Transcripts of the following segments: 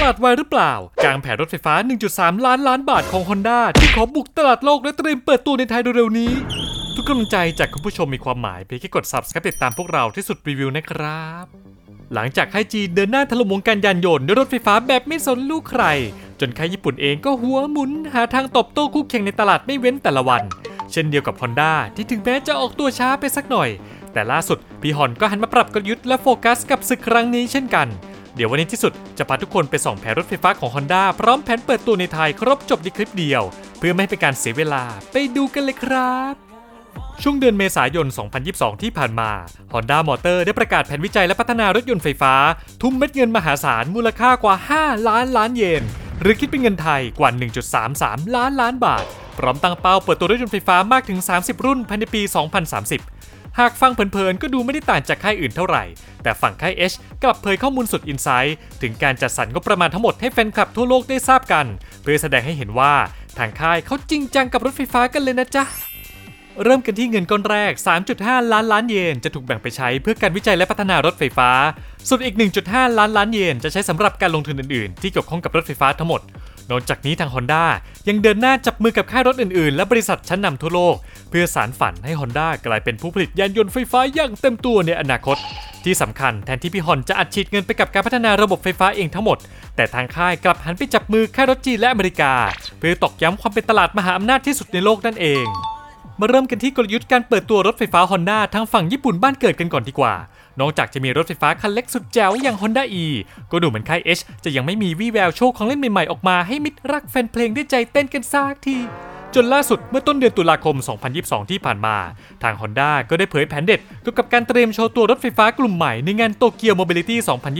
ลาดวายหรือเปล่ากลางแผนรถไฟฟ้า 1.3 ล้านบาทของ Honda ที่ขอบุกตลาดโลกและเตรียมเปิดตัวในไทยเร็วๆนี้ทุกกำลังใจจากคุณผู้ชมมีความหมายเพียงแค่กด Subscribe ติดตามพวกเราที่สุดรีวิวนะครับหลังจากค่ายจีนเดินหน้าถล่มวงการยานยนต์ด้วยรถไฟฟ้าแบบไม่สนลูกใครจนค่ายญี่ปุ่นเองก็หัวหมุนหาทางตบโต้คู่แข่งในตลาดไม่เว้นแต่ละวันเช่นเดียวกับ Honda ที่ถึงแม้จะออกตัวช้าไปสักหน่อยแต่ล่าสุดพี่ฮอนก็หันมาปรับกลยุทธ์และโฟกัสกับศึกครั้งนี้เช่นกันเดี๋ยววันนี้ที่สุดจะพาทุกคนไปส่องแผนรถไฟฟ้าของ Honda พร้อมแผนเปิดตัวในไทยครบจบในคลิปเดียวเพื่อไม่ให้เป็นการเสียเวลาไปดูกันเลยครับช่วงเดือนเมษายน 2022 ที่ผ่านมา Honda Motor ได้ประกาศแผนวิจัยและพัฒนารถยนต์ไฟฟ้าทุ่มเม็ดเงินมหาศาลมูลค่ากว่า5 ล้านเยนหรือคิดเป็นเงินไทยกว่า 1.33 ล้านบาทพร้อมตั้งเป้าเปิดตัวรถยนต์ไฟฟ้ามากถึง30รุ่นภายในปี 2030หากฟังเพลินๆก็ดูไม่ได้ต่างจากค่ายอื่นเท่าไหร่แต่ฝั่งค่าย H กลับเผยข้อมูลสุดอินไซต์ถึงการจัดสรรงบประมาณทั้งหมดให้แฟนคลับทั่วโลกได้ทราบกันเพื่อแสดงให้เห็นว่าทางค่ายเขาจริงจังกับรถไฟฟ้ากันเลยนะจ๊ะเริ่มกันที่เงินก้อนแรก 3.5 ล้านเยนจะถูกแบ่งไปใช้เพื่อการวิจัยและพัฒนารถไฟฟ้าส่วนอีก 1.5 ล้านเยนจะใช้สำหรับการลงทุนอื่นๆที่เกี่ยวข้องกับรถไฟฟ้าทั้งหมดนอกจากนี้ทาง Honda ยังเดินหน้าจับมือกับค่ายรถอื่นๆและบริษัทชั้นนำทั่วโลกเพื่อสานฝันให้ Honda กลายเป็นผู้ผลิตยานยนต์ไฟฟ้าอย่างเต็มตัวในอนาคตที่สำคัญแทนที่พี่ฮอนจะอัดฉีดเงินไปกับการพัฒนาระบบไฟฟ้าเองทั้งหมดแต่ทางค่ายกลับหันไปจับมือค่ายรถจีนและอเมริกาเพื่อตอกย้ำความเป็นตลาดมหาอำนาจที่สุดในโลกนั่นเองมาเริ่มกันที่กลยุทธ์การเปิดตัวรถไฟฟ้า Honda ทางฝั่งญี่ปุ่นบ้านเกิดกันก่อนดีกว่านอกจากจะมีรถไฟฟ้าคันเล็กสุดแจ๋วอย่าง Honda E ก็ดูเหมือนค่าย H จะยังไม่มีวี่แววโชว์ของเล่นใหม่ๆออกมาให้มิตรรักแฟนเพลงได้ใจเต้นกันสักทีจนล่าสุดเมื่อต้นเดือนตุลาคม 2022 ที่ผ่านมาทาง Honda ก็ได้เผยแผนเด็ดเกี่ยวกับการเตรียมโชว์ตัวรถไฟฟ้ากลุ่มใหม่ในงาน Tokyo Mobility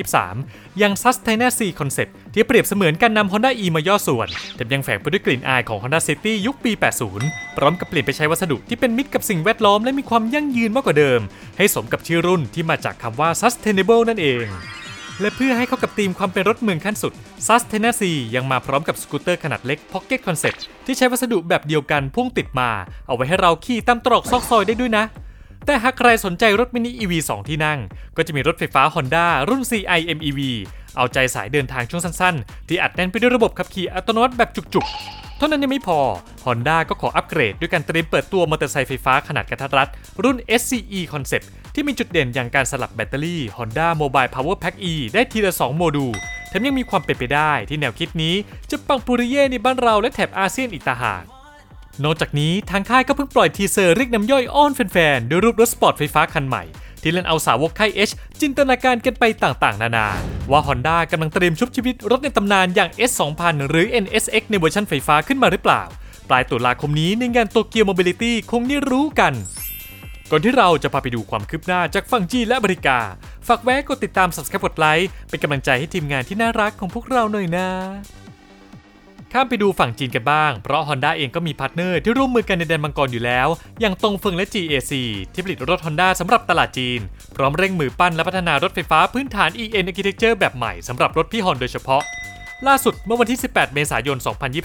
2023 อย่าง Sustainability Concept ที่เปรียบเสมือนการนำ Honda E มาย่อส่วนแถมยังแฝงไปด้วยกลิ่นอายของ Honda City ยุคปี 80 พร้อมกับเปลี่ยนไปใช้วัสดุที่เป็นมิตรกับสิ่งแวดล้อมและมีความยั่งยืนมากกว่าเดิมให้สมกับชื่อรุ่นที่มาจากคำว่า Sustainable นั่นเองและเพื่อให้เข้ากับธีมความเป็นรถเมืองขั้นสุด Sustainability ยังมาพร้อมกับสกูตเตอร์ขนาดเล็ก Pocket Concept ที่ใช้วัสดุแบบเดียวกันพ่วงติดมาเอาไว้ให้เราขี่ตามตรอกซอกซอยได้ด้วยนะแต่หากใครสนใจรถมินิ EV 2 ที่นั่งก็จะมีรถไฟฟ้า Honda รุ่น CI MEV เอาใจสายเดินทางช่วงสั้นๆที่อัดแน่นไปด้วยระบบขับขี่อัตโนมัติแบบจุกๆเท่านั้นยังไม่พอ Honda ก็ขออัปเกรดด้วยการเตรียมเปิดตัวมอเตอร์ไซค์ไฟฟ้าขนาดกระทัดรัดรุ่น SCE Concept ที่มีจุดเด่นอย่างการสลับแบตเตอรี่ Honda Mobile Power Pack E ได้ทีละ2โมดูลแถมยังมีความเป็นไปได้ที่แนวคิดนี้จะปังปุริเย่ในบ้านเราและแถบอาเซียนอีกต่างหากนอกจากนี้ทางค่ายก็เพิ่งปล่อยทีเซอร์เรียกน้ำย่อยอ้อนแฟนๆด้วยรูปรถสปอร์ตไฟฟ้าคันใหม่ที่เล่นเอาสาวกค่าย H จินตนาการกันไปต่างๆนานาว่า Honda กำลังเตรียมชุบชีวิตรถในตำนานอย่าง S2000 หรือ NSX ในเวอร์ชันไฟฟ้าขึ้นมาหรือเปล่าปลายตุลาคมนี้ในงาน Tokyo Mobility คงได้รู้กันก่อนที่เราจะพาไปดูความคืบหน้าจากฝั่งจีนและอเมริกาฝากแวะกดติดตาม Subscribe กดไลค์เป็นกำลังใจให้ทีมงานที่น่ารักของพวกเราหน่อยนะข้ามไปดูฝั่งจีนกันบ้างเพราะ Honda เองก็มีพาร์ทเนอร์ที่ร่วมมือกันในแดนมังกรอยู่แล้วอย่างตงเฟิงและ GAC ที่ผลิตรถ Honda สำหรับตลาดจีนพร้อมเร่งมือปั้นและพัฒนารถไฟฟ้าพื้นฐาน EN Architecture แบบใหม่สำหรับรถพี่ฮอนโดยเฉพาะล่าสุดเมื่อวันที่ 18 เมษายน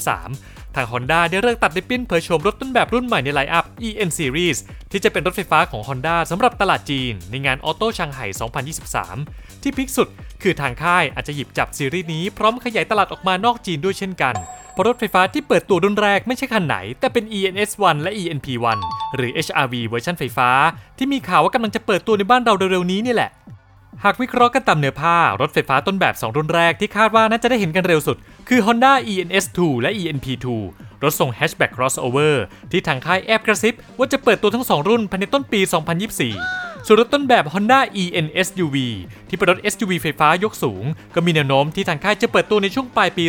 2023 ทาง Honda ได้เลิกตัดริบบิ้นเผยโฉมรถต้นแบบรุ่นใหม่ในไลน์อัพ EN Series ที่จะเป็นรถไฟฟ้าของ Honda สำหรับตลาดจีนในงานออโต้ชางไห่ 2023 ที่พีคสุดคือทางค่ายอาจจะหยิบจับซีรีส์นี้พร้อมขยายตลาดออกมานอกจีนด้วยเช่นกันเพราะรถไฟฟ้าที่เปิดตัวรุ่นแรกไม่ใช่คันไหนแต่เป็น ENS1 และ ENP1 หรือ HRV เวอร์ชันไฟฟ้าที่มีข่าวว่ากำลังจะเปิดตัวในบ้านเราเร็วๆนี้นี่แหละหากวิเคราะห์กันตามเนื้อผ้ารถไฟฟ้าต้นแบบ2รุ่นแรกที่คาดว่าน่าจะได้เห็นกันเร็วสุดคือ Honda ENS2 และ ENP2 รถทรงแฮชแบ็ก crossover ที่ทางค่ายแอบกระซิบว่าจะเปิดตัวทั้ง2รุ่นภายในต้นปี 2024 ส่วนรถต้นแบบ Honda ENSUV ที่เป็นรถ SUV ไฟฟ้ายกสูงก็มีแนวโน้มที่ทางค่ายจะเปิดตัวในช่วงปลายปี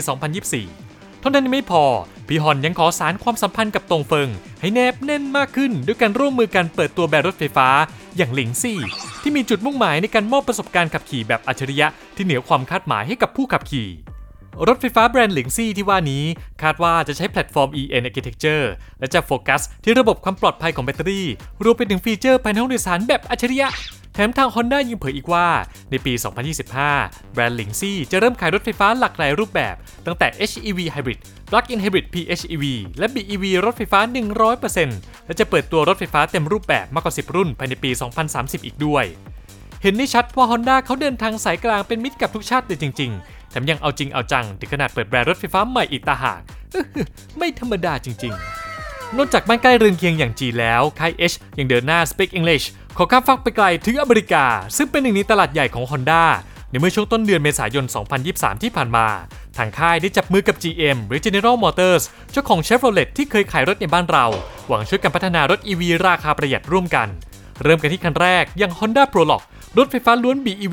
2024 เท่านั้นไม่พอพี่ฮอนยังขอสานความสัมพันธ์กับตงเฟิงให้แนบแน่นมากขึ้นด้วยการร่วมมือกันเปิดตัวแบรนด์รถไฟฟ้าอย่างหลิงซี่ที่มีจุดมุ่งหมายในการมอบประสบการณ์ขับขี่แบบอัจฉริยะที่เหนือความคาดหมายให้กับผู้ขับขี่รถไฟฟ้าแบรนด์หลิงซี่ที่ว่านี้คาดว่าจะใช้แพลตฟอร์ม EN Architecture และจะโฟกัสที่ระบบความปลอดภัยของแบตเตอรี่รวมไปถึงฟีเจอร์ภายในห้องโดยสารแบบอัจฉริยะแถมทาง Honda ยังเผยอีกว่าในปี 2025 แบรนด์หลิงซี่จะเริ่มขายรถไฟฟ้าหลากหลายรูปแบบตั้งแต่ HEV Hybrid Plug-in Hybrid PHEV และ BEV รถไฟฟ้า 100% และจะเปิดตัวรถไฟฟ้าเต็มรูปแบบมากกว่า10รุ่นภายในปี 2030 อีกด้วยเห็นได้ชัดว่า Honda เขาเดินทางสายกลางเป็นมิตรกับทุกชาติเลยจริงๆแถมยังเอาจริงเอาจังถึงขนาดเปิดแบรนด์รถไฟฟ้าใหม่อีกต่างหากไม่ธรรมดาจริงๆนอกจากบ้านใกล้เรือนเคียงอย่างจีนแล้วค่าย H ยังเดินหน้า Speak English ขอข้ามฟากไปไกลถึงอเมริกาซึ่งเป็นหนึ่งในตลาดใหญ่ของ Honda ในเมื่อช่วงต้นเดือนเมษายน 2023 ที่ผ่านมาทางค่ายได้จับมือกับ GM หรือ General Motors เจ้าของ Chevrolet ที่เคยขายรถในบ้านเราหวังช่วยกันพัฒนารถ EV ราคาประหยัดร่วมกันเริ่มกันที่คันแรกอย่าง Honda Prologue รถไฟฟ้าล้วน BEV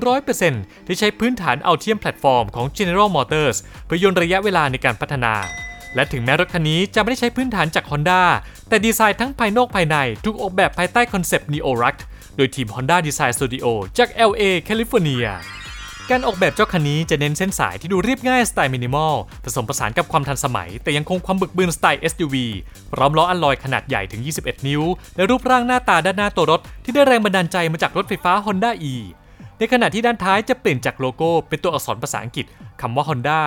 100% ที่ใช้พื้นฐาน Ultium Platform ของ General Motors เพื่อย่นระยะเวลาในการพัฒนาและถึงแม้รถคันนี้จะไม่ได้ใช้พื้นฐานจาก Honda แต่ดีไซน์ทั้งภายนอกภายในถูกออกแบบภายใต้คอนเซปต์ Neo Rust โดยทีม Honda Design Studio จาก LA แคลิฟอร์เนียการออกแบบเจ้าคันนี้จะเน้นเส้นสายที่ดูเรียบง่ายสไตล์มินิมอลผสมผสานกับความทันสมัยแต่ยังคงความบึกบึนสไตล์ SUV พร้อมล้ออัลลอยขนาดใหญ่ถึง 21 นิ้วและรูปร่างหน้าตาด้านหน้าตัวรถที่ได้แรงบันดาลใจมาจากรถไฟฟ้า Honda E ในขณะที่ด้านท้ายจะเปลี่ยนจากโลโก้เป็นตัวอักษรภาษาอังกฤษคำว่า Honda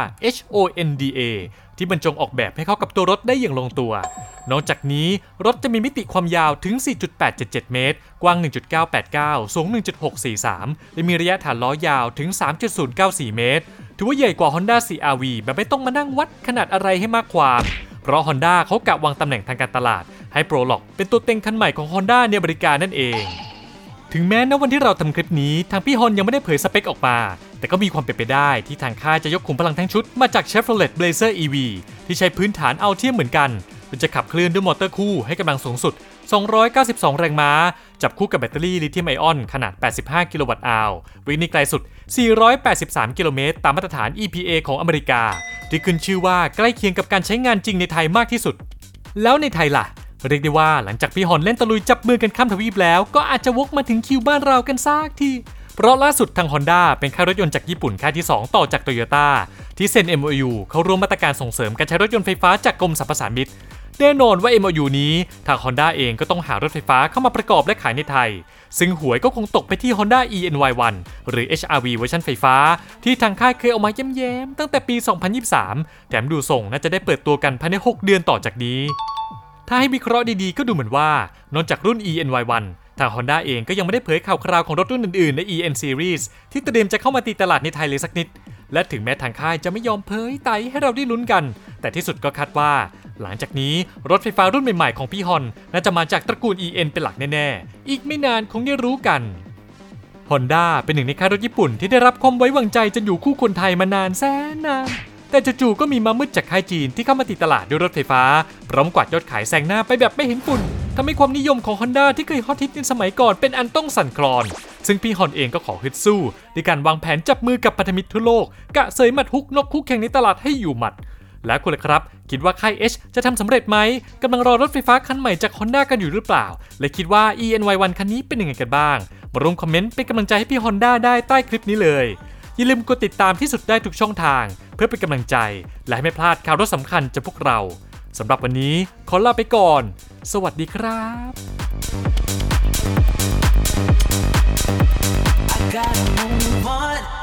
HONDA ที่บรรจงออกแบบให้เข้ากับตัวรถได้อย่างลงตัวนอกจากนี้รถจะมีมิติความยาวถึง 4.877 เมตรกว้าง 1.989 สูง 1.643 และมีระยะฐานล้อยาวถึง 3.094 เมตรถือว่าใหญ่กว่า Honda CR-V แบบไม่ต้องมานั่งวัดขนาดอะไรให้มากความเพราะ Honda เขากะวางตำแหน่งทางการตลาดให้ Prologue เป็นตัวเต็งคันใหม่ของ Honda ในอเมริกานั่นเองถึงแม้ณวันที่เราทำคลิปนี้ทางพี่ฮอนยังไม่ได้เผยสเปคออกมาแต่ก็มีความเป็นไปได้ที่ทางค่ายจะยกขุมพลังทั้งชุดมาจาก Chevrolet Blazer EV ที่ใช้พื้นฐาน Ultium เหมือนกันโดยจะขับเคลื่อนด้วยมอเตอร์คู่ให้กำลังสูงสุด292แรงม้าจับคู่กับแบตเตอรี่ลิเธียมไอออนขนาด85กิโลวัตต์อาวร์วิ่งได้ไกลสุด483กิโลเมตรตามมาตรฐาน EPA ของอเมริกาที่ขึ้นชื่อว่าใกล้เคียงกับการใช้งานจริงในไทยมากที่สุดแล้วในไทยล่ะเรียกได้ว่าหลังจากพี่ฮอนเล่นตะลุยจับมือกันข้ามทวีปแล้วก็อาจจะวกมาถึงคิวบ้านเรากันซากทีเพราะล่าสุดทาง Honda เป็นค่ายรถยนต์จากญี่ปุ่นค่ายที่2ต่อจาก Toyota ที่เซ็น MOU เข้าร่วมมาตรการส่งเสริมการใช้รถยนต์ไฟฟ้าจากกรมสรรพสามิตแน่นอนว่า MOU นี้ทาง Honda เองก็ต้องหารถไฟฟ้าเข้ามาประกอบและขายในไทยซึ่งหวยก็คงตกไปที่ Honda eNY1 หรือ HR-V เวอร์ชันไฟฟ้าที่ทางค่ายเคยออกมาแย้มๆตั้งแต่ปี 2023 แถมดูส่งน่าจะได้เปิดตัวกันภายใน6เดือนต่อจากนี้ถ้าให้วิเคราะห์ดีๆก็ดูเหมือนว่านอกจากรุ่น eNY1 ทาง Honda เองก็ยังไม่ได้เผยข่าวคราวของรถรุ่นอื่นๆใน EN Series ที่เตรียมจะเข้ามาตีตลาดในไทยเลยสักนิดและถึงแม้ทางค่ายจะไม่ยอมเผยไตให้เราได้ลุ้นกันแต่ที่สุดก็คาดว่าหลังจากนี้รถไฟฟ้ารุ่นใหม่ๆของพี่ฮอนน่าจะมาจากตระกูล EN เป็นหลักแน่ๆอีกไม่นานคงได้รู้กัน Honda เป็นหนึ่งในค่ายรถญี่ปุ่นที่ได้รับความไว้วางใจจนอยู่คู่คนไทยมานานแสนนานแต่จู่ๆก็มีมามืดจากค่ายจีนที่เข้ามาตีตลาดด้วยรถไฟฟ้าพร้อมกวาดยอดขายแซงหน้าไปแบบไม่เห็นฝุ่นทำให้ความนิยมของ Honda ที่เคยฮอตฮิตในสมัยก่อนเป็นอันต้องสั่นคลอนซึ่งพี่ฮอนเองก็ขอฮึดสู้ด้วยการวางแผนจับมือกับพันธมิตรทั่วโลกกะเสยหมัดฮุกนกคู่แข่งในตลาดให้อยู่หมัดและคุณล่ะครับคิดว่าค่าย H จะทำสำเร็จไหมกำลังรอรถไฟฟ้าคันใหม่จาก Honda กันอยู่หรือเปล่าและคิดว่า eNY1 คันนี้เป็นยังไงกันบ้างมาร่วมคอมเมนต์เป็นกำลังใจให้พี่ Honda ได้ใต้คลิปนี้เลยอย่าลืมกดติดตามที่สุดได้ทุกช่องทางเพื่อเป็นกำลังใจและให้ไม่พลาดข่าวรถสำคัญจากพวกเราสำหรับวันนี้ขอลาไปก่อนสวัสดีครับ I gotta move on